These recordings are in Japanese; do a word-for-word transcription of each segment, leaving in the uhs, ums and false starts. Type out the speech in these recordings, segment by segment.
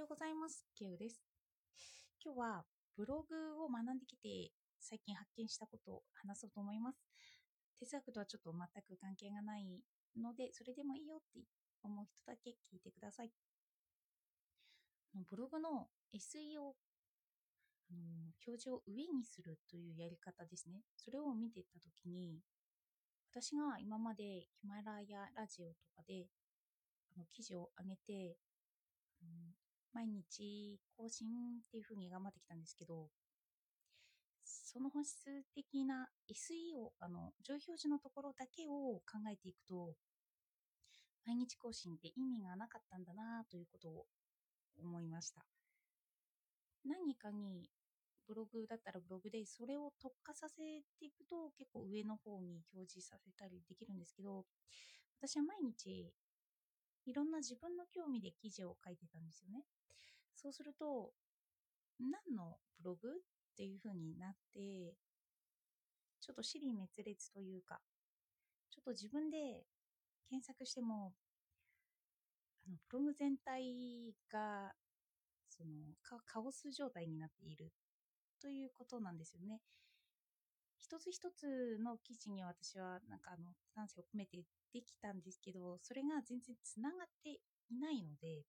ようございます。ケウです。今日はブログを学んできて最近発見したことを話そうと思います。哲学とはちょっと全く関係がないので、それでもいいよって思う人だけ聞いてください。あのブログの エスイーオー、あの表示を上にするというやり方ですね。それを見ていったときに、私が今までヒマラヤラジオとかであの記事を上げて、うん、毎日更新っていう風に頑張ってきたんですけど、その本質的な エスイーオー、あの上表示のところだけを考えていくと、毎日更新って意味がなかったんだなということを思いました。何かにブログだったらブログでそれを特化させていくと結構上の方に表示させたりできるんですけど、私は毎日いろんな自分の興味で記事を書いてたんですよね。そうすると、何のブログっていう風になって、ちょっと支離滅裂というか、ちょっと自分で検索しても、あのブログ全体がそのカカオス状態になっているということなんですよね。一つ一つの記事に私はなんかあの丹精を込めてできたんですけど、それが全然つながっていないので、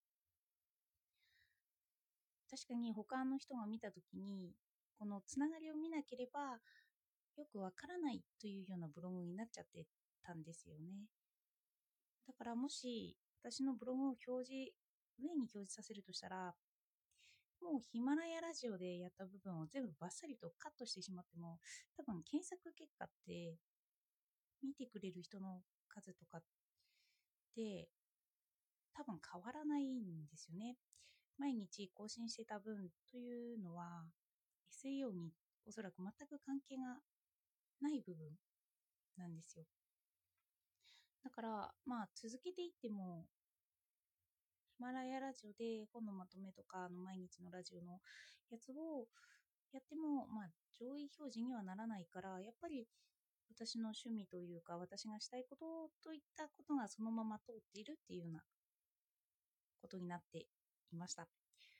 確かに他の人が見たときに、このつながりを見なければよくわからないというようなブログになっちゃってたんですよね。だからもし私のブログを表示、上に表示させるとしたら、もうヒマラヤラジオでやった部分を全部バッサリとカットしてしまっても、多分検索結果って見てくれる人の数とかって多分変わらないんですよね。毎日更新してた分というのは エスイーオー におそらく全く関係がない部分なんですよ。だからまあ続けていっても、ヒマラヤラジオで本のまとめとかの毎日のラジオのやつをやっても、まあ、上位表示にはならないから、やっぱり私の趣味というか、私がしたいことといったことがそのまま通っているっていうようなことになっていました。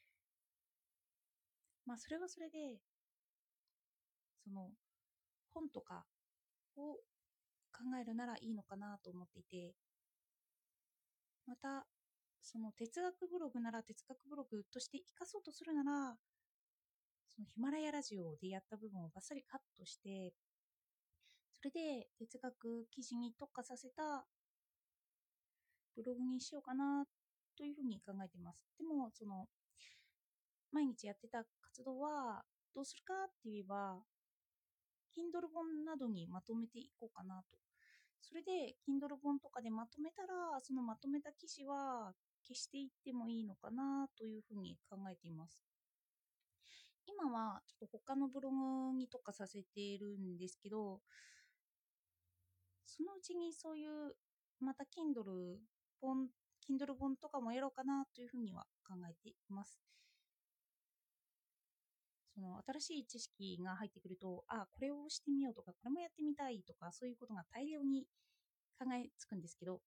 まあ、それはそれで、その本とかを考えるならいいのかなと思っていて、また、その哲学ブログなら哲学ブログとして活かそうとするなら、そのヒマラヤラジオでやった部分をバッサリカットして、それで哲学記事に特化させたブログにしようかなというふうに考えています。でも、その、毎日やってた活動はどうするかって言えば、Kindle 本などにまとめていこうかなと。それで、Kindle 本とかでまとめたら、そのまとめた記事は消していってもいいのかなというふうに考えています。今はちょっと他のブログに特化させているんですけど、そのうちにそういうまた Kindle 本、Kindle 本とかもやろうかなというふうには考えています。その新しい知識が入ってくると、あ、これをしてみようとか、これもやってみたいとか、そういうことが大量に考えつくんですけど、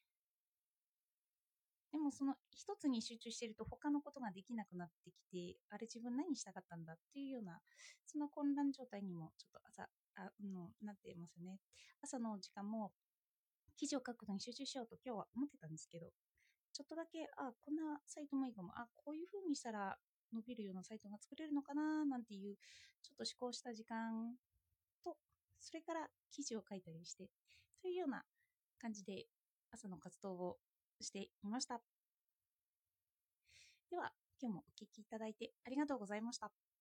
でもその一つに集中していると他のことができなくなってきて、あれ自分何したかったんだっていうような、その混乱状態にもちょっと朝、あのなってますよね。朝の時間も記事を書くことに集中しようと今日は思ってたんですけど、ちょっとだけ、あ、こんなサイトもいいかも、あ、こういう風にしたら伸びるようなサイトが作れるのかななんていう、ちょっと思考した時間と、それから記事を書いたりして、というような感じで朝の活動をしていました。では、今日もお聞きいただいてありがとうございました。